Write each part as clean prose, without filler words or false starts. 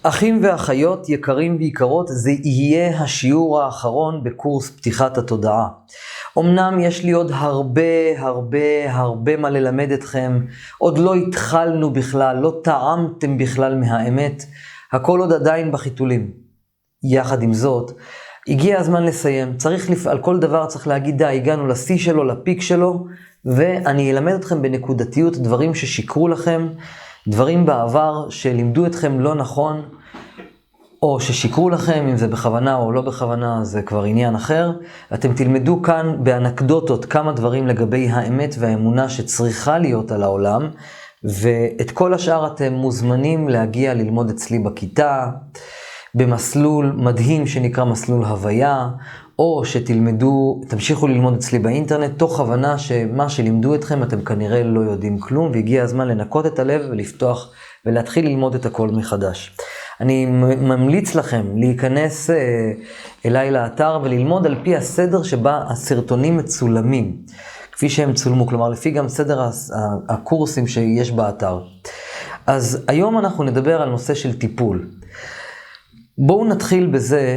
אחים ואחיות, יקרים ויקרות, זה יהיה השיעור האחרון בקורס פתיחת התודעה. אמנם יש לי עוד הרבה מה ללמד אתכם, עוד לא התחלנו בכלל, לא טעמתם בכלל מהאמת, הכל עוד עדיין בחיתולים. יחד עם זאת, הגיע הזמן לסיים, על כל דבר צריך להגיד די, הגענו לשיא שלו, לפיק שלו, ואני אלמד אתכם בנקודתיות דברים ששיקרו לכם, דברים בעבר שלימדו אתכם לא נכון, או ששיקרו לכם, אם זה בכוונה או לא בכוונה, זה כבר עניין אחר. אתם תלמדו כאן באנקדוטות כמה דברים לגבי האמת והאמונה שצריכה להיות על העולם, ואת כל השאר אתם מוזמנים להגיע ללמוד אצלי בכיתה, במסלול מדהים שנקרא מסלול הוויה, או תמשיכו ללמוד אצלי באינטרנט, תוך הבנה שמה שלימדו אתכם אתם כנראה לא יודעים כלום, והגיע הזמן לנקות את הלב ולפתוח ולהתחיל ללמוד את הכל מחדש. אני ממליץ לכם להיכנס אליי לאתר וללמוד על פי הסדר שבה הסרטונים מצולמים, כפי שהם צולמו, כלומר לפי גם סדר הקורסים שיש באתר. אז היום אנחנו נדבר על נושא של טיפול. בואו נתחיל בזה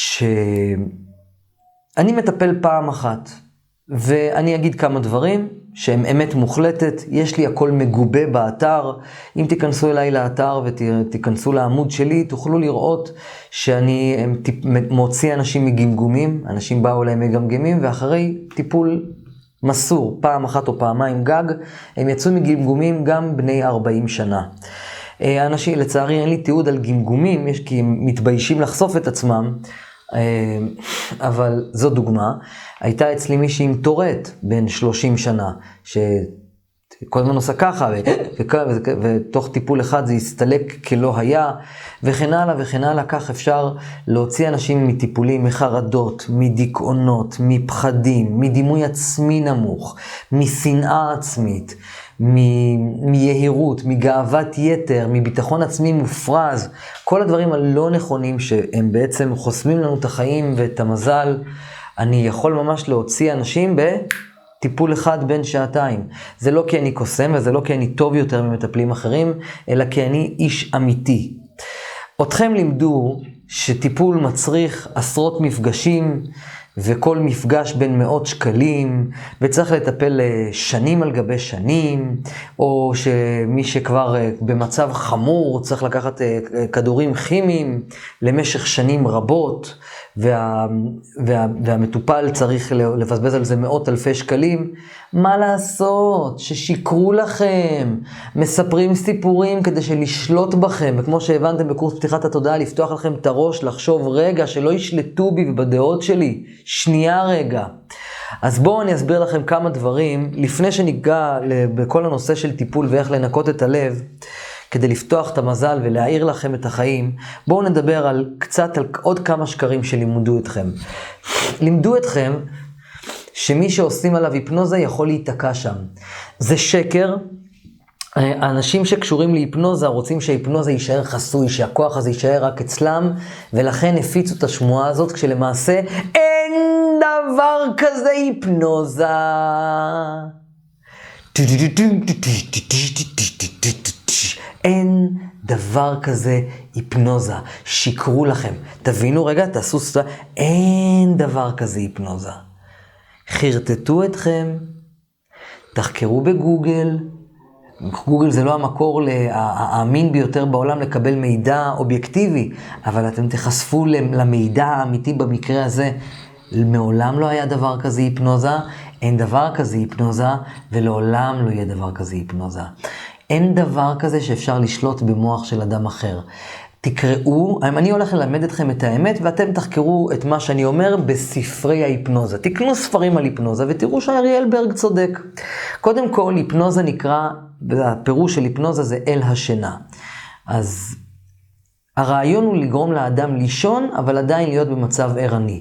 שאני מטפל פעם אחת, ואני אגיד כמה דברים שהם אמת מוחלטת, יש לי הכל מגובה באתר. אם תיכנסו אליי לאתר ותיכנסו לעמוד שלי, תוכלו לראות שאני מוציא אנשים מגמגומים, אנשים באו אליהם מגמגמים, ואחרי טיפול מסור, פעם אחת או פעמיים גג, הם יצאו מגמגומים גם בני 40 שנה. אנשים, לצערי אין לי תיעוד על גמגומים, כי הם מתביישים לחשוף את עצמם, אבל זו דוגמה. הייתה אצלי מישהי עם טורט בין 30 שנה, שכל הזמן עושה ככה, ותוך טיפול אחד זה יסתלק כלא היה, וכן הלאה וכן הלאה. כך אפשר להוציא אנשים מטיפולים, מחרדות, מדיכאונות, מפחדים, מדימוי עצמי נמוך, משנאה עצמית, מיהירות, מגאוות יתר, מביטחון עצמי מופרז, כל הדברים הלא נכונים שהם בעצם חוסמים לנו את החיים ואת המזל. אני יכול ממש להוציא אנשים בטיפול אחד בין שעתיים. זה לא כי אני קוסם וזה לא כי אני טוב יותר ממטפלים אחרים, אלא כי אני איש אמיתי. אתכם לימדו שטיפול מצריך עשרות מפגשים, וכל מפגש בין מאות שקלים, וצריך לטפל שנים על גבי שנים, או שמי שכבר במצב חמור צריך לקחת כדורים כימיים למשך שנים רבות, והמטופל צריך לבזבז על זה מאות אלפי שקלים. מה לעשות? ששיקרו לכם, מספרים סיפורים כדי לשלוט בכם, וכמו שהבנתם בקורס פתיחת התודעה, לפתוח לכם את הראש, לחשוב רגע, שלא ישלטו בי ובדעות שלי, שנייה רגע. אז בואו אני אסביר לכם כמה דברים, לפני שניגע בכל הנושא של טיפול ואיך לנקות את הלב, כדי לפתוח את המזל ולהאיר לכם את החיים. בואו נדבר על עוד כמה שקרים שלימדו אתכם. לימדו אתכם שמי שעושים עליו היפנוזה יכול להיתקע שם. זה שקר. האנשים שקשורים להיפנוזה רוצים שההיפנוזה יישאר חסוי, שהכוח הזה יישאר רק אצלם, ולכן הפיצו את השמועה הזאת, כשלמעשה אין דבר כזה היפנוזה. אין דבר כזה היפנוזה, שיקרו לכם. תבינו רגע, תעשו סטה, אין דבר כזה היפנוזה. חרטטו אתכם, תחקרו בגוגל. גוגל זה לא המקור האמין ביותר בעולם לקבל מידע אובייקטיבי, אבל אתם תחשפו למידע האמיתי במקרה הזה. מעולם לא היה דבר כזה היפנוזה, אין דבר כזה היפנוזה, ולעולם לא יהיה דבר כזה היפנוזה. אין דבר כזה שאפשר לשלוט במוח של אדם אחר. תקראו, אני הולך ללמד אתכם את האמת, ואתם תחקרו את מה שאני אומר בספרי ההיפנוזה. תקנו ספרים על היפנוזה ותראו שאריאל ברג צודק. קודם כל, היפנוזה נקרא, הפירוש של היפנוזה זה אל השינה. אז הרעיון הוא לגרום לאדם לישון, אבל עדיין להיות במצב ערני.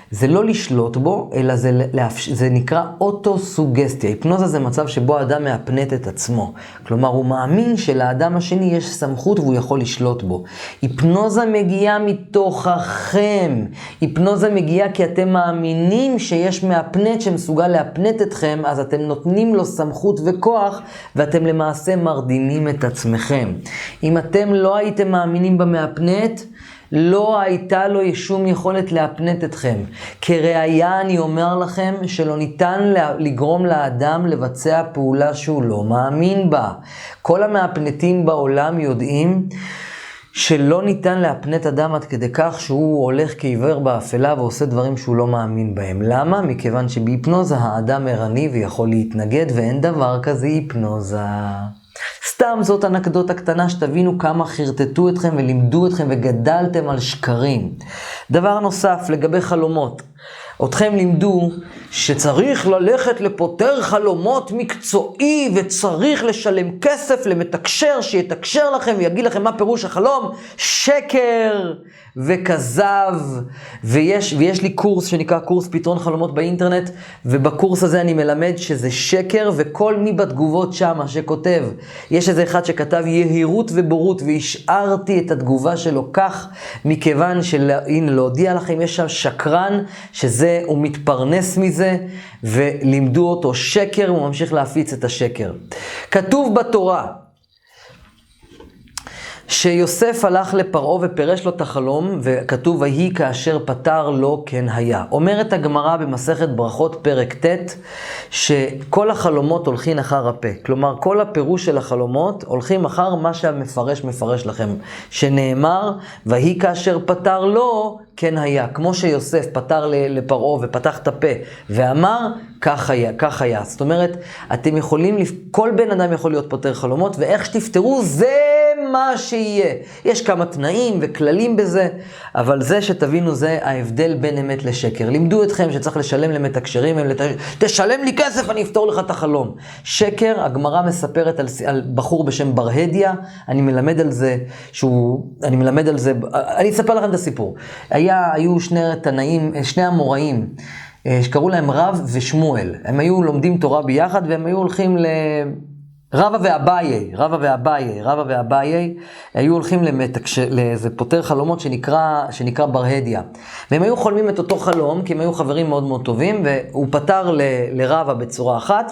זה לא לשלוט בו, אלא זה נקרא אוטוסוגסטיה. היפנוזה זה מצב שבו האדם מאפנט את עצמו. כלומר, הוא מאמין שלאדם השני יש סמכות והוא יכול לשלוט בו. היפנוזה מגיעה מתוככם. היפנוזה מגיעה כי אתם מאמינים שיש מאפנט שמסוגל לאפנט אתכם, אז אתם נותנים לו סמכות וכוח, ואתם למעשה מרדימים את עצמכם. אם אתם לא הייתם מאמינים במאפנט, לא הייתה לו שום יכולת להפנט אתכם. כראיה אני אומר לכם שלא ניתן לגרום לאדם לבצע פעולה שהוא לא מאמין בה. כל המאפנטים בעולם יודעים שלא ניתן להפנט אדם עד כדי כך שהוא הולך כעיוור באפלה ועושה דברים שהוא לא מאמין בהם. למה? מכיוון שבהיפנוזה האדם ערני ויכול להתנגד, ואין דבר כזה היפנוזה. סתם זאת אנקדוטה קטנה שתבינו כמה חרטטו אתכם ולימדו אתכם וגדלתם על שקרים. דבר נוסף לגבי חלומות. אתכם לימדו שצריך ללכת לפותר חלומות מקצועי וצריך לשלם כסף למתקשר שיתקשר לכם ויגיד לכם מה פירוש החלום. שקר וכזב. ויש לי קורס שנקרא קורס פתרון חלומות באינטרנט, ובקורס הזה אני מלמד שזה שקר, וכל מי בתגובות שמה שכותב, יש איזה אחד שכתב יהירות ובורות, והשארתי את התגובה שלו כך, מכיוון שהנה להודיע לכם, יש שם שקרן שזה, הוא מתפרנס מזה, ולימדו אותו שקר, הוא ממשיך להפיץ את השקר. כתוב בתורה, שיוסף הלך לפרעה ופרש לו את החלום, וכתוב ויהי כאשר פתר לו כן היה. אומרת הגמרא במסכת ברכות פרק ט' שכל החלומות הולכים אחר הפה. כלומר, כל הפירוש של החלומות הולכים אחר מה שהמפרש מפרש לכם. שנאמר, ויהי כאשר פתר לו כן היה. כמו שיוסף פתר לפרעה ופתח את הפה ואמר, כך היה, כך היה. זאת אומרת, אתם יכולים, כל בן אדם יכול להיות פותר חלומות, ואיך שתפתרו זה מה שיהיה. יש כמה תנאים וכללים בזה, אבל זה שתבינו זה ההבדל בין אמת לשקר. לימדו אתכם שצריך לשלם למתקשרים, תשלם לי כסף, אני אפתור לך את החלום. שקר, הגמרא מספרת על בחור בשם ברהדיה, אני מלמד על זה, אני אספר לכם את הסיפור. היו שני המוראים, שקראו להם רב ושמואל. הם היו לומדים תורה ביחד, והם היו הולכים רבא ואביי, היו הולכים לאיזה פותר חלומות שנקרא ברהדיה. והם היו חולמים את אותו חלום, כי הם היו חברים מאוד מאוד טובים, והוא פתר לרבא בצורה אחת,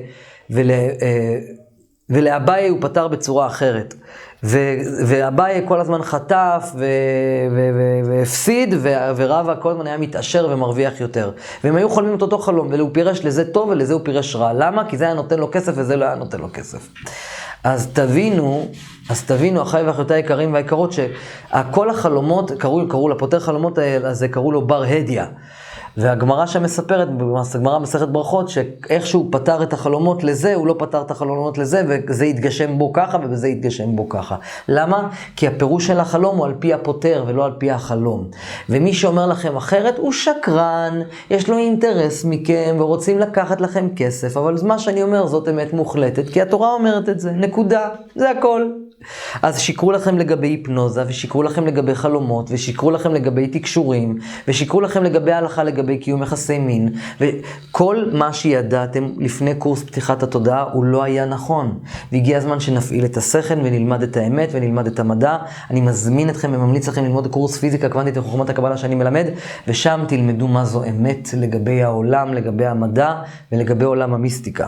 ולאביי הוא פתר בצורה אחרת. ואביי כל הזמן חטף והפסיד, ורבא כל הזמן היה מתעשר ומרוויח יותר. והם היו חולמים את אותו חלום, והוא פירש לזה טוב ולזה הוא פירש רע. למה? כי זה היה נותן לו כסף וזה לא היה נותן לו כסף. אז תבינו, אחי ואחיותיי היקרים והיקרות, שכל החלומות, קראו לפותר חלומות הזה, קראו לו ברהדיה. והגמרא שמספרת, הגמרא מסכת ברכות, שאיך שהוא פתר את החלומות לזה, הוא לא פתר את החלומות לזה, וזה יתגשם בו ככה, ובזה יתגשם בו ככה. למה? כי הפירוש של החלום הוא על פי הפותר, ולא על פי החלום. ומי שאומר לכם אחרת, הוא שקרן, יש לו אינטרס מכם, ורוצים לקחת לכם כסף, אבל מה שאני אומר זאת אמת מוחלטת, כי התורה אומרת את זה, נקודה, זה הכל. אז שיקרו לכם לגבי היפנוזה, ושיקרו לכם לגבי חלומות, ושיקרו לכם לגבי תקשורים, ושיקרו לכם לגבי ההלכה, לגבי קיום יחסי מין, וכל מה שידעתם לפני קורס פתיחת התודעה הוא לא היה נכון. והגיע הזמן שנפעיל את השכל ונלמד את האמת ונלמד את המדע. אני מזמין אתכם וממליץ לכם ללמוד קורס פיזיקה קוונטית וחוכמת הקבלה שאני מלמד, ושם תלמדו מה זו אמת לגבי העולם, לגבי המדע ולגבי עולם המיסטיקה.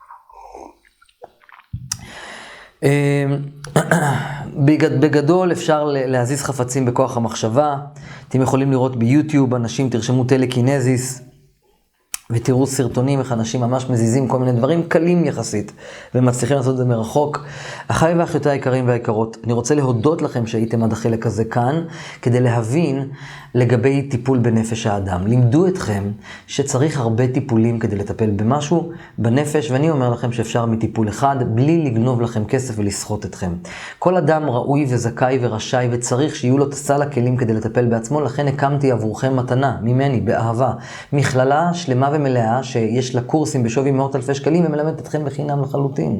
בגדול אפשר להזיז חפצים בכוח המחשבה. אתם יכולים לראות ביוטיוב אנשים, תרשמו טלקינזיס ותראו סרטונים איך אנשים ממש מזיזים כל מיני דברים קלים יחסית ומצליחים לעשות את זה מרחוק. אחי ואחיותיי היקרים והיקרות, אני רוצה להודות לכם שהייתם עד החלק הזה כאן כדי להבין לגבי טיפול בנפש האדם. לימדו אתכם שצריך הרבה טיפולים כדי לטפל במשהו בנפש, ואני אומר לכם שאפשר מטיפול אחד בלי לגנוב לכם כסף ולסחוט אתכם. כל אדם ראוי וזכאי ורשאי וצריך שיהיו לו סל הכלים כדי לטפל בעצמו, לכן הקמתי עבורכם מתנה ממני באהבה, מכללה שלמה ומלאה שיש לה קורסים בשווי מאות אלפי שקלים ומלמדת אתכם בחינם לחלוטין.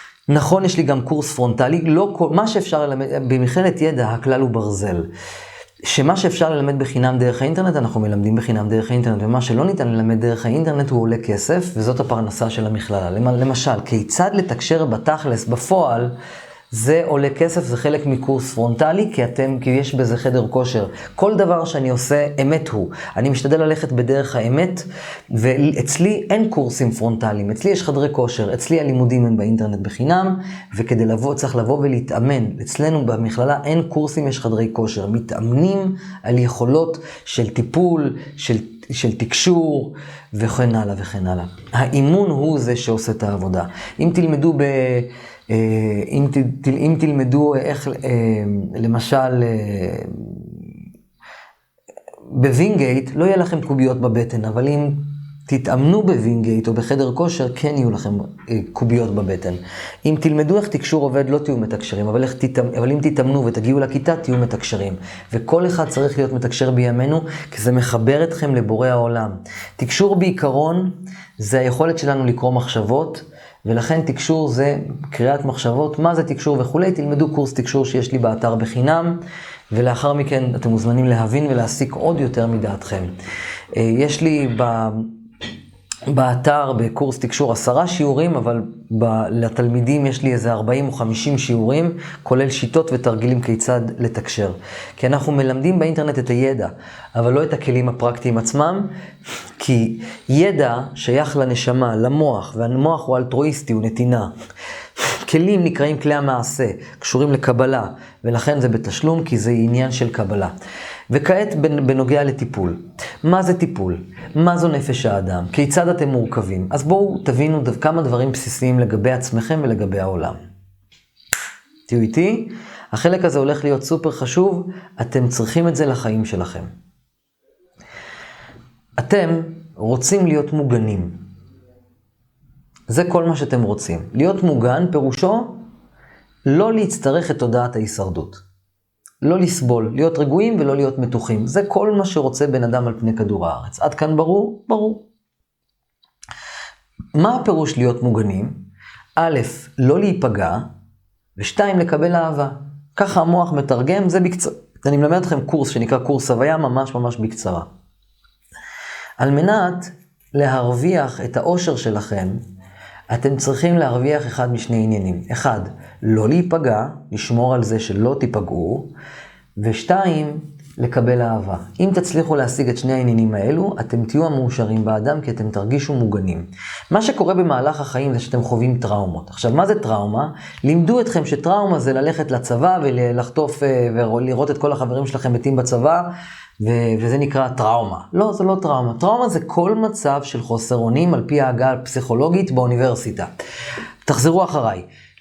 נכון, יש לי גם קורס פרונטלי, לא כל, מה שאפשר ללמד, במכללת ידע הכלל הוא ברזל. שמה שאפשר ללמד בחינם דרך האינטרנט, אנחנו מלמדים בחינם דרך האינטרנט, ומה שלא ניתן ללמד דרך האינטרנט הוא עולה כסף, וזאת הפרנסה של המכללה. למשל, כיצד לתקשר בתכלס, בפועל, זה עולה כסף, זה חלק מקורס פרונטלי, כי יש בזה חדר כושר. כל דבר שאני עושה, אמת הוא. אני משתדל ללכת בדרך האמת, ואצלי אין קורסים פרונטליים, אצלי יש חדרי כושר, אצלי הלימודים הם באינטרנט בחינם, וכדי לבוא, צריך לבוא ולהתאמן. אצלנו במכללה אין קורסים, יש חדרי כושר. מתאמנים על יכולות של טיפול, של תקשור, וכן הלאה וכן הלאה. האימון הוא זה שעושה את העבודה. אם תלמדו אם תלמדו איך, למשל, בווינגייט, לא יהיה לכם קוביות בבטן, אבל אם תתאמנו בווינגייט או בחדר כושר, כן יהיו לכם קוביות בבטן. אם תלמדו איך תקשור עובד, לא תהיו מתקשרים, אבל אם תתאמנו ותגיעו לכיתה, תהיו מתקשרים. וכל אחד צריך להיות מתקשר בימינו, כי זה מחבר אתכם לבורא העולם. תקשור בעיקרון, זה היכולת שלנו לקרוא מחשבות, ולכן תקשור זה קריאת מחשבות, מה זה תקשור וכולי, תלמדו קורס תקשור שיש לי באתר בחינם, ולאחר מכן אתם מוזמנים להבין ולהסיק עוד יותר מדעתכם. יש לי באתר בקורס תקשור 10 שיעורים, אבל לתלמידים יש לי איזה 40 או 50 שיעורים, כולל שיטות ותרגילים כיצד לתקשר. כי אנחנו מלמדים באינטרנט את הידע, אבל לא את הכלים הפרקטיים עצמם, כי ידע שייך לנשמה, למוח, והמוח הוא אלטרואיסטי, הוא נתינה. כלים נקראים כלי המעשה, קשורים לקבלה, ולכן זה בתשלום, כי זה עניין של קבלה. וכעת בנוגע לטיפול. מה זה טיפול? מה זו נפש האדם? כיצד אתם מורכבים? אז בואו תבינו כמה דברים בסיסיים לגבי עצמכם ולגבי העולם. תהיו איתי? החלק הזה הולך להיות סופר חשוב, אתם צריכים את זה לחיים שלכם. אתם רוצים להיות מוגנים. זה כל מה שאתם רוצים. להיות מוגן פירושו לא להצטרך את תודעת ההישרדות. לא לסבול, להיות רגועים ולא להיות מתוחים. זה כל מה שרוצה בן אדם על פני כדור הארץ. עד כאן ברור? ברור. מה הפירוש להיות מוגנים? א', לא להיפגע, ו2, לקבל אהבה. ככה המוח מתרגם, זה בקצרה. אני מלמד אתכם קורס שנקרא קורס הוויה, ממש ממש בקצרה. על מנת להרוויח את האושר שלכם, אתם צריכים להרוויח אחד משני עניינים. אחד, לא להיפגע, לשמור על זה שלא תיפגעו, ו2, לקבל אהבה. אם תצליחו להשיג את שני העניינים האלו, אתם תהיו המאושרים באדם, כי אתם תרגישו מוגנים. מה שקורה במהלך החיים זה שאתם חווים טראומות. עכשיו, מה זה טראומה? לימדו אתכם שטראומה זה ללכת לצבא ולחטוף ולראות את כל החברים שלכם מתים בצבא, וזה נקרא טראומה. לא, זה לא טראומה. טראומה זה כל מצב של חוסר אונים על פי ההגה הפסיכולוגית באוניברסיטה. תחזרו אחריי.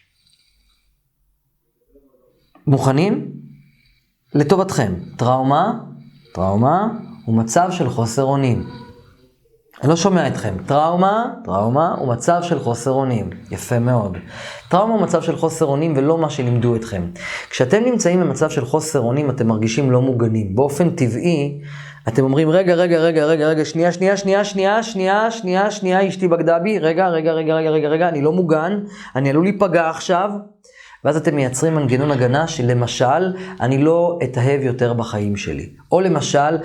מוכנים? לטובתכם. טראומה הוא מצב של חוסר אונים. אני לא שומע אתכם. טראומה הוא מצב של חוסר אונים. יפה מאוד. טראומה הוא מצב של חוסר אונים ולא מה שלימדו אתכם. כשאתם נמצאים במצב של חוסר אונים, אתם מרגישים לא מוגנים. באופן טבעי, אתם אומרים, רגע, שנייה, אשתי בגדה בי, רגע, אני לא מוגן, אני עלול להיפגע עכשיו, ואז אתם מייצרים מנגנון הגנה שלמשל, אני לא אתאהב יותר בחיים שלי. או למשל,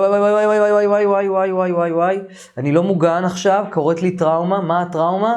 וואי, אני לא מוגן עכשיו, קוראת לי טראומה, מה הטראומה?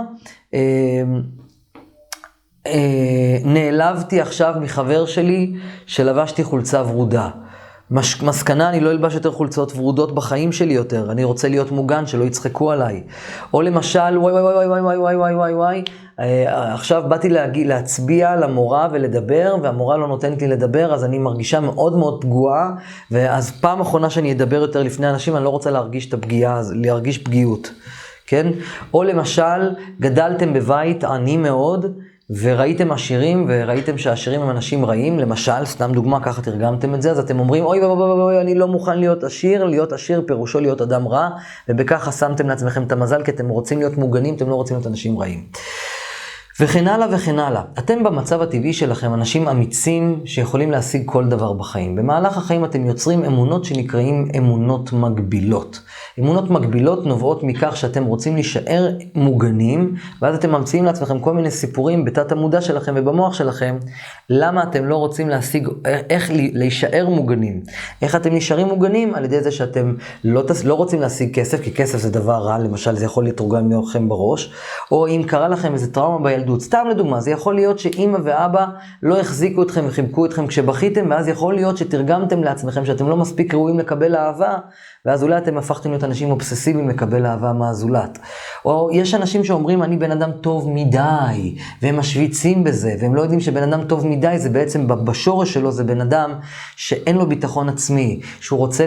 נעלבתי עכשיו מחבר שלי שלבשתי חולצה ורודה. מסקנה, אני לא אלבש יותר חולצות ורודות בחיים שלי יותר, אני רוצה להיות מוגן, שלא יצחקו עליי. או למשל, וואי, עכשיו באתי להצביע למורה ולדבר, והמורה לא נותנת לי לדבר, אז אני מרגישה מאוד מאוד פגועה, ואז פעם אחרונה שאני אדבר יותר לפני אנשים, אני לא רוצה להרגיש את הפגיעה, להרגיש פגיעות, כן? או למשל, גדלתם בבית עני מאוד, וראיתם עשירים, וראיתם שהעשירים הם אנשים רעים, למשל, סתם דוגמה, ככה תרגמתם את זה, אז אתם אומרים, אוי, אני לא מוכן להיות עשיר פירושו להיות אדם רע, ובכך שמתם לעצמכם את המזל, כי אתם רוצים להיות מוגנים, אתם לא רוצים להיות אנשים רעים. וכן הלאה וכן הלאה. אתם במצב הטבעי שלכם אנשים אמיצים שיכולים להשיג כל דבר בחיים. במהלך החיים אתם יוצרים אמונות שנקראים אמונות מגבילות. אמונות מגבילות נובעות מכך שאתם רוצים להישאר מוגנים, ואז אתם ממציאים לעצמכם כל מיני סיפורים בתת המודע שלכם ובמוח שלכם, למה אתם לא רוצים להשיג, איך להישאר מוגנים. איך אתם נשארים מוגנים? על ידי זה שאתם לא רוצים להשיג כסף, כי כסף זה דבר רע, למשל זה יכול לתורגם לכם בראש, או אם קרה לכם איזה טראומה בילדות, סתם לדוגמה, זה יכול להיות שאמא ואבא לא החזיקו אתכם וחיבקו אתכם כשבכיתם, ואז יכול להיות שתרגמתם לעצמכם שאתם לא מספיק ראויים לקבל אהבה, ואז אולי אתם הפכתם להיות אנשים אובססיביים לקבל אהבה מהזולת. או יש אנשים שאומרים, אני בן אדם טוב מדי, והם משוויצים בזה, והם לא יודעים שבן אדם טוב מדי, זה בעצם בשורש שלו, זה בן אדם שאין לו ביטחון עצמי, שהוא רוצה,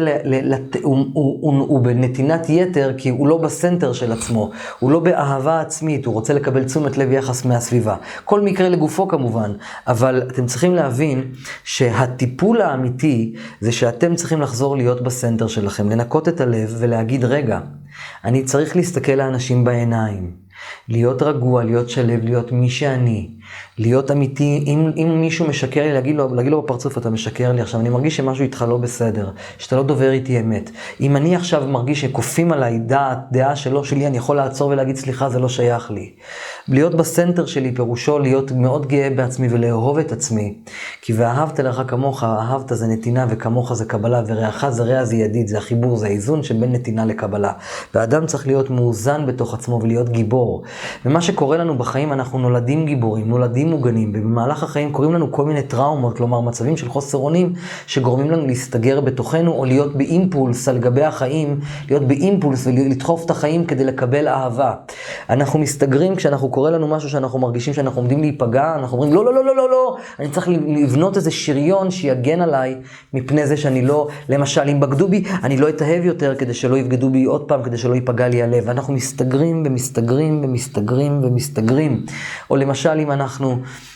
הוא בנתינת יתר, כי הוא לא בסנטר של עצמו, הוא לא באהבה עצמית, הוא רוצה לקבל תשומת לב יחס מהסביבה. כל מקרה לגופו כמובן, אבל אתם צריכים להבין שהטיפול האמיתי, זה שאתם צריכים לחזור להיות בסנטר שלכם, לנקות את הלב ולהגיד, רגע, אני צריך להסתכל לאנשים בעיניים, להיות רגוע, להיות שלב, להיות מי שאני, להיות אמיתי. אם מישהו משקר לי, להגיד לו בפרצוף, אתה משקר לי עכשיו, אני מרגיש שמשהו איתך לא בסדר, שאתה לא דובר איתי אמת. אם אני עכשיו מרגיש שקופים עליי דעה שלא שלי, אני יכול לעצור ולהגיד, סליחה, זה לא שייך לי. להיות בסנטר שלי פירושו להיות מאוד גאה בעצמי ולאהוב את עצמי. כי ואהבת לך כמוך, אהבת זה נתינה וכמוך זה קבלה, ורעך זה רע זה ידיד, זה החיבור, זה האיזון שבין נתינה לקבלה. והאדם צריך להיות מאוזן בתוך עצמו ולהיות גיבור. ומה שקורה לנו בחיים, אנחנו נולדים גיבורים, נולדים מוגנים, ובמהלך החיים קוראים לנו כל מיני טראומות, כלומר מצבים של חוסר אונים, שגורמים לנו להסתגר בתוכנו, או להיות באימפולס על גבי החיים, להיות באימפולס ולדחוף את החיים כדי לקבל אהבה. אנחנו מסתגרים כשאנחנו קורא לנו משהו שאנחנו מרגישים שאנחנו עומדים להיפגע, אנחנו אומרים, לא, לא, לא, לא, לא, לא, אני צריך לבנות איזה שריון שיגן עליי מפני זה שאני לא, למשל, אם בגדו בי, אני לא אתאהב יותר כדי שלא יבגדו בי עוד פעם, כדי שלא ייפגע לי הלב. אנחנו מסתגרים ומסתגרים ומסתגרים ומסתגרים. או למשל, אם אנחנו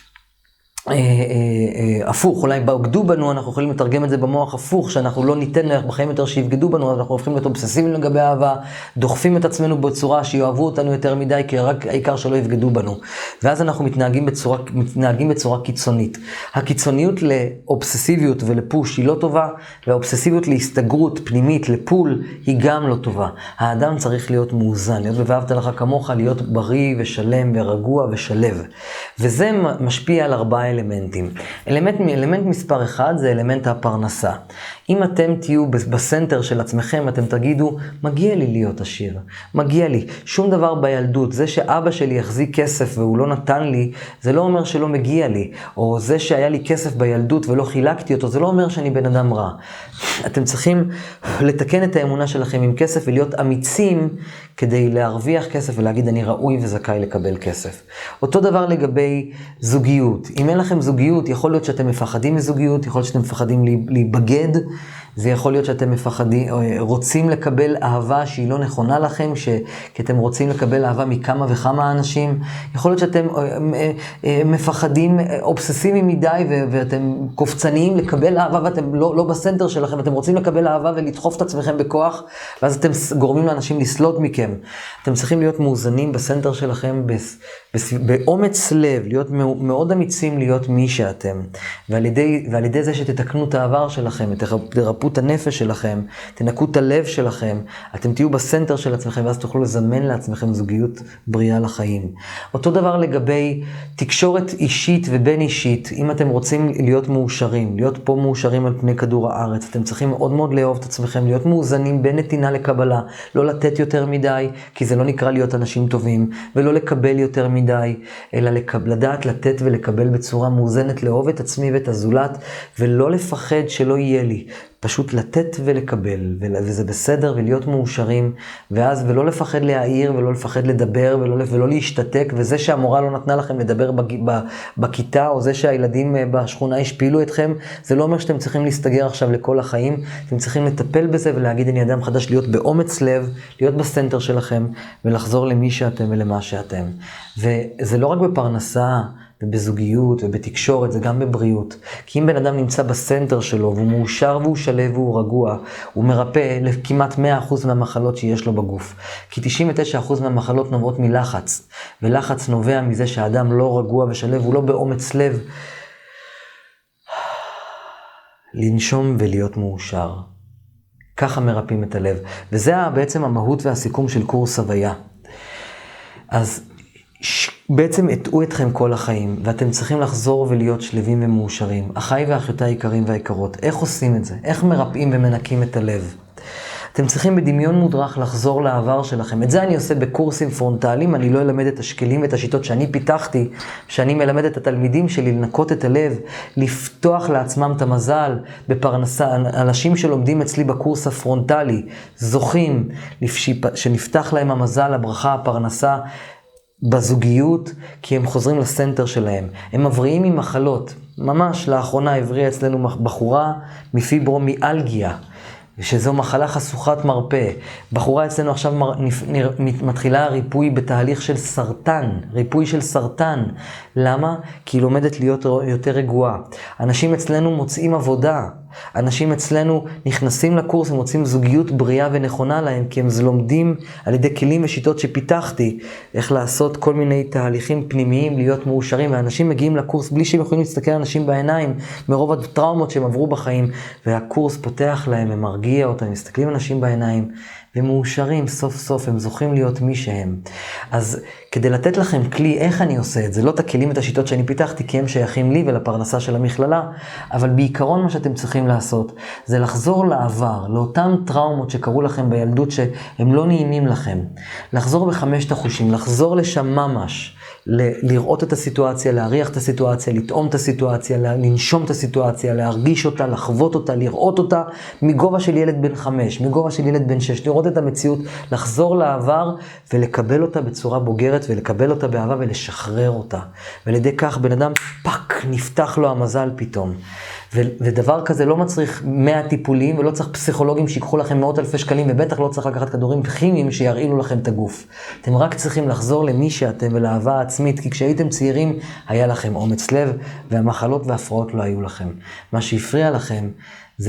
הפוך, אולי בגדו בנו, אנחנו יכולים לתרגם את זה במוח הפוך, שאנחנו לא ניתן בחיים יותר שיבגדו בנו, אז אנחנו הופכים להיות אובססיביים לגבי אהבה, דוחפים את עצמנו בצורה שיאהבו אותנו יותר מדי, כי רק העיקר שלא יבגדו בנו. ואז אנחנו מתנהגים בצורה קיצונית. הקיצוניות לאובססיביות ולפוש היא לא טובה, והאובססיביות להסתגרות פנימית, לפול, היא גם לא טובה. האדם צריך להיות מאוזן, להיות ואהבת לך כמוך, להיות בריא ושלם ורגוע ושלב. וזה משפיע על 4 אלמנטים. אלמנט מספר 1 זה אלמנט הפרנסה. אם אתם תהיו בסנטר של עצמכם, אתם תגידו, מגיע לי להיות עשיר, מגיע לי. שום דבר בילדות, זה שאבא שלי יחזיק כסף והוא לא נתן לי, זה לא אומר שלא מגיע לי. או זה שהיה לי כסף בילדות ולא חילקתי אותו, זה לא אומר שאני בן אדם רע. אתם צריכים לתקן את האמונה שלכם עם כסף ולהיות אמיצים כדי להרוויח כסף ולהגיד אני ראוי וזכאי לקבל כסף. אותו דבר לגבי זוגיות. אם אין לכם זוגיות, יכול להיות שאתם מפחדים מזוגיות, יכול להיות שאתם מפחדים להיבגד, זה יכול להיות שאתם רוצים לקבל אהבה שהיא לא נכונה לכם, כי אתם רוצים לקבל אהבה מכמה וכמה אנשים. יכול להיות שאתם מפחדים, אובססיביים מדי, ואתם קופצניים לקבל אהבה, ואתם לא בסנטר שלכם, ואתם רוצים לקבל אהבה ולדחוף את עצמכם בכוח, ואז אתם גורמים לאנשים לסלוט מכם. אתם צריכים להיות מאוזנים בסנטר שלכם, באומץ לב, להיות מאוד אמיצים להיות מי שאתם. ועל ידי זה שתתקנו את העבר שלכם, תרפאו את הנפש שלכם, תנקו את הלב שלכם, אתם תהיו בסנטר של עצמכם, ואז תוכלו לזמן לעצמכם זוגיות בריאה לחיים. אותו דבר לגבי תקשורת אישית ובין אישית. אם אתם רוצים להיות מאושרים, להיות פה מאושרים על פני כדור הארץ, אתם צריכים מאוד מאוד לאהוב את עצמכם, להיות מאוזנים בין נתינה לקבלה, לא לתת יותר מדי, כי זה לא נקרא להיות אנשים טובים, ולא לקבל יותר מדי, אלא לדעת לתת ולקבל בצורה מאוזנת, לאהוב את עצמי ואת הזולת, ולא לפחד שלא יהיה לי. פשוט לתת ולקבל, וזה בסדר, ולהיות מאושרים, ואז ולא לפחד להעיר, ולא לפחד לדבר, ולא להשתתק, וזה שהמורה לא נתנה לכם לדבר בכיתה, או זה שהילדים בשכונה השפילו אתכם, זה לא אומר שאתם צריכים להסתגר עכשיו לכל החיים, אתם צריכים לטפל בזה ולהגיד אני אדם חדש, להיות באומץ לב, להיות בסנטר שלכם, ולחזור למי שאתם ולמה שאתם. וזה לא רק בפרנסה, ובזוגיות ובתקשורת, זה גם בבריאות. כי אם בן אדם נמצא בסנטר שלו, והוא מאושר והוא שלב והוא רגוע, הוא מרפא לכמעט 100% מהמחלות שיש לו בגוף. כי 99% מהמחלות נובעות מלחץ, ולחץ נובע מזה שהאדם לא רגוע ושלב, הוא לא באומץ לב. לנשום ולהיות מאושר. ככה מרפאים את הלב. וזה בעצם המהות והסיכום של קורס הוויה. אז בעצם הטעו אתכם כל החיים, ואתם צריכים לחזור ולהיות שלבים ומאושרים. אחיי ואחיותיי היקרים והיקרות, איך עושים את זה? איך מרפאים ומנקים את הלב? אתם צריכים בדמיון מודרך לחזור לעבר שלכם. את זה אני עושה בקורסים פרונטליים, אני לא אלמד את השקלים ואת השיטות שאני פיתחתי, שאני מלמד את התלמידים שלי לנקות את הלב, לפתוח לעצמם את המזל בפרנסה. אנשים שלומדים אצלי בקורס הפרונטלי, זוכים שנפתח להם המזל, הברכה, הפרנסה, בזוגיות, כי הם חוזרים לסנטר שלהם. הם מבריאים ממחלות. ממש לאחרונה הבריאה אצלנו בחורה מפיברומיאלגיה, שזו מחלה חשוכת מרפא. בחורה אצלנו עכשיו מתחילה ריפוי בתהליך של סרטן, ריפוי של סרטן. למה? כי היא לומדת להיות יותר רגועה. אנשים אצלנו מוצאים עבודה. אנשים אצלנו נכנסים לקורס ומוצאים זוגיות בריאה ונכונה להם, כי הם לומדים על ידי כלים ושיטות שפיתחתי, איך לעשות כל מיני תהליכים פנימיים, להיות מאושרים, ואנשים מגיעים לקורס בלי שהם יכולים להסתכל אנשים בעיניים, מרוב הטראומות שהם עברו בחיים, והקורס פותח להם, הם מרגיע אותם, מסתכלים אנשים בעיניים, ומאושרים סוף סוף, הם זוכים להיות מי שהם. אז כדי לתת לכם כלי, איך אני עושה את זה? לא את הכלים ואת השיטות שאני פיתחתי, כי הם שייכים לי ולפרנסה של המכללה, אבל בעיקרון מה שאתם צריכים לעשות, זה לחזור לעבר, לאותם טראומות שקרו לכם בילדות שהם לא נעימים לכם. לחזור בחמשת החושים, לחזור לשם ממש, לראות את הסיטואציה, להריח את הסיטואציה, לטעום את הסיטואציה, לנשום את הסיטואציה, להרגיש אותה, לחוות אותה, לראות אותה, מגובה של ילד בן 5, מגובה של ילד בן 6, לראות את המציאות, לחזור לעבר ולקבל אותה בצורה בוגרת, ולקבל אותה באהבה ולשחרר אותה. ולידי כך בן אדם פק, נפתח לו המזל פתאום. ודבר כזה לא מצריך 100 טיפולים, ולא צריך פסיכולוגים שיקחו לכם מאות אלפי שקלים, ובטח לא צריך לקחת כדורים כימיים שירעילו לכם את הגוף. אתם רק צריכים לחזור למי שאתם ולאהבה עצמית, כי כשהייתם צעירים היה לכם אומץ לב, והמחלות והפרעות לא היו לכם. מה שהפריע לכם זה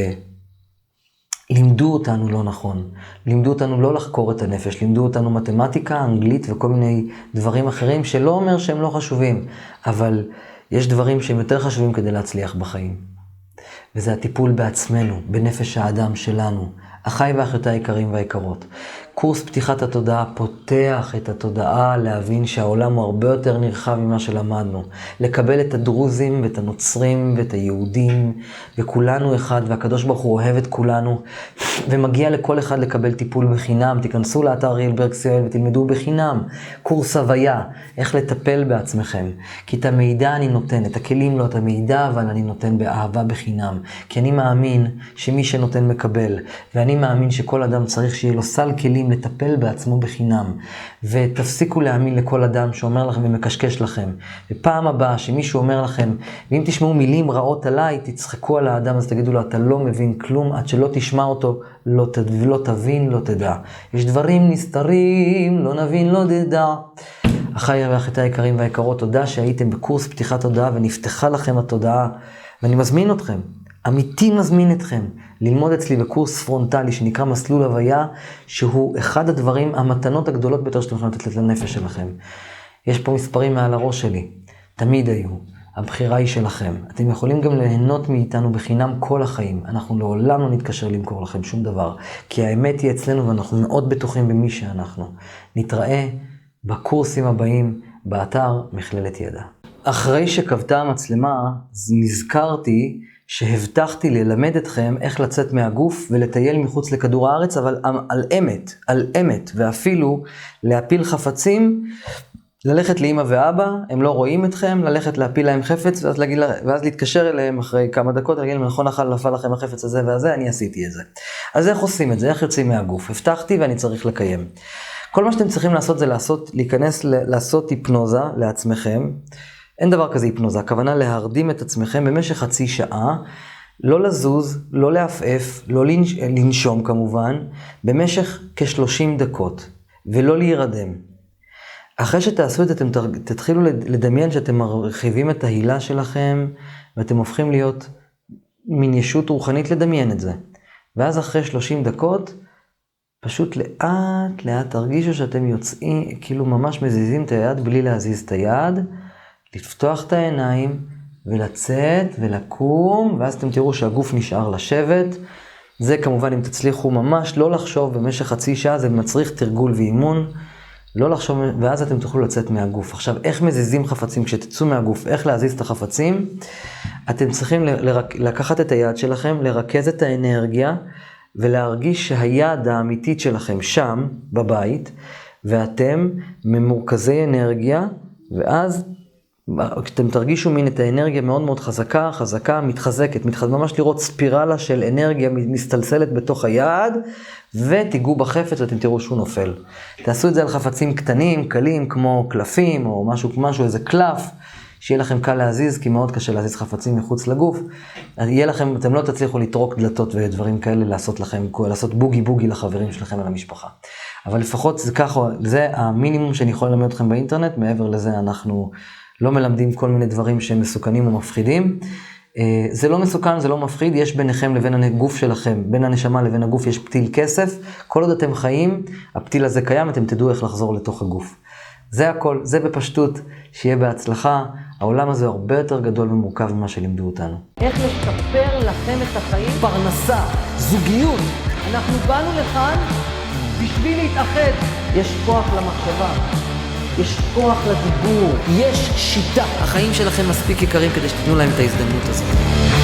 לימדו אותנו לא נכון, לימדו אותנו לא לחקור את הנפש, לימדו אותנו מתמטיקה, אנגלית וכל מיני דברים אחרים, שלא אומר שהם לא חשובים, אבל יש דברים שהם יותר חשובים כדי להצליח בחיים. וזה הטיפול בעצמנו, בנפש האדם שלנו. אחיי ואחיותיי היקרים והיקרות. קורס פתיחת התודעה פותח את התודעה להבין שהעולם הוא הרבה יותר נרחב ממה שלמדנו. לקבל את הדרוזים ואת הנוצרים ואת היהודים, וכולנו אחד, והקדוש ברוך הוא אוהב את כולנו, ומגיע לכל אחד לקבל טיפול בחינם. תיכנסו לאתר ריאלברג co.il ותלמדו בחינם. קורס הוויה, איך לטפל בעצמכם. כי את המידע אני נותן, את הכלים לא, את המידע, אבל אני נותן באהבה בחינם. כי אני מאמין שמי שנותן מקבל, ואני מאמין שכל אדם צריך שיהיה לו סל כלים לטפל בעצמו בחינם. ותפסיקו להאמין לכל אדם שאומר לכם ומקשקש לכם. ופעם הבאה שמישהו אומר לכם, ואם תשמעו מילים רעות עליי, תצחקו על האדם, אז תגידו לו, אתה לא מבין כלום, עד שלא תשמע אותו, לא תבין, לא תדע. יש דברים נסתרים, לא נבין, לא תדע. אחיי ואחיותיי היקרים והיקרות, תודה שהייתם בקורס פתיחת תודעה ונפתחה לכם התודעה. ואני מזמין אתכם, אמיתי מזמין אתכם, ללמוד אצלי בקורס פרונטלי שנקרא מסלול הוויה, שהוא אחד הדברים, המתנות הגדולות ביותר שאתם יכולים לתת לנפש שלכם. יש פה מספרים מעל הראש שלי, תמיד היו. הבחירה היא שלכם. אתם יכולים גם ליהנות מאיתנו בחינם כל החיים. אנחנו לעולם לא נתקשר למכור לכם שום דבר, כי האמת היא אצלנו ואנחנו מאוד בטוחים במי שאנחנו. נתראה בקורסים הבאים באתר מכללת ידע. אחרי שקבתה המצלמה, נזכרתי שהבטחתי ללמד אתכם איך לצאת מהגוף ולטייל מחוץ לכדור הארץ, אבל על אמת, ואפילו להפיל חפצים, ללכת לאמא ואבא, הם לא רואים אתכם, ללכת להפיל להם חפץ, ואז להתקשר אליהם אחרי כמה דקות, להגיד להם, נכון, נפל לכם החפץ הזה והזה, אני עשיתי את זה. אז איך עושים את זה? איך יוצאים מהגוף? הבטחתי ואני צריך לקיים. כל מה שאתם צריכים לעשות זה להיכנס, לעשות היפנוזה לעצמכם. אין דבר כזה היפנוזה, הכוונה להרדים את עצמכם במשך חצי שעה, לא לזוז, לא להפעף, לא לנשום כמובן, במשך כ-30 דקות, ולא להירדם. אחרי שתעשו את זה, אתם תתחילו לדמיין שאתם מרחיבים את ההילה שלכם, ואתם הופכים להיות מין ישות רוחנית, לדמיין את זה. ואז אחרי 30 דקות, פשוט לאט לאט תרגישו שאתם יוצאים, כאילו ממש מזיזים את היד בלי להזיז את היד, לפתוח את העיניים ולצאת ולקום, ואז אתם תראו שהגוף נשאר לשבת. זה כמובן אם תצליחו ממש לא לחשוב במשך חצי שעה, זה מצריך תרגול ואימון, לא לחשוב, ואז אתם תוכלו לצאת מהגוף. עכשיו, איך מזיזים חפצים? כשתצאו מהגוף, איך להזיז את החפצים? אתם צריכים לקחת את היד שלכם, לרכז את האנרגיה, ולהרגיש שהיד האמיתית שלכם שם, בבית, ואתם ממורכזי אנרגיה, ואז כשאתם תרגישו מין את האנרגיה מאוד מאוד חזקה, מתחזקת, ממש לראות ספירלה של אנרגיה מסתלסלת בתוך היד, ותיגעו בחפץ ואתם תראו שהוא נופל. תעשו את זה על חפצים קטנים, קלים, כמו קלפים, או משהו, איזה קלף, שיהיה לכם קל להזיז, כי מאוד קשה להזיז חפצים מחוץ לגוף. יהיה לכם, אתם לא תצליחו לטרוק דלתות ודברים כאלה, לעשות בוגי לחברים שלכם ולמשפחה. אבל לפחות זה ככה, זה המינימום שאני יכול ללמד אתכם באינטרנט, מעבר לזה אנחנו לא מלמדים כל מיני דברים שהם מסוכנים ומפחידים. זה לא מסוכן, זה לא מפחיד, יש ביניכם לבין הגוף שלכם, בין הנשמה לבין הגוף יש פתיל כסף, כל עוד אתם חיים, הפתיל הזה קיים, אתם תדעו איך לחזור לתוך הגוף. זה הכל, זה בפשטות, שיהיה בהצלחה, העולם הזה הרבה יותר גדול ומורכב ממה שלימדו אותנו. איך לשפר לכם את החיים? פרנסה, זוגיות. אנחנו באנו לכאן בשביל להתאחד. יש כוח למחשבה, יש כוח לדיבור, יש שיטה. החיים שלכם מספיק יקרים כדי שתתנו להם את ההזדמנות הזאת.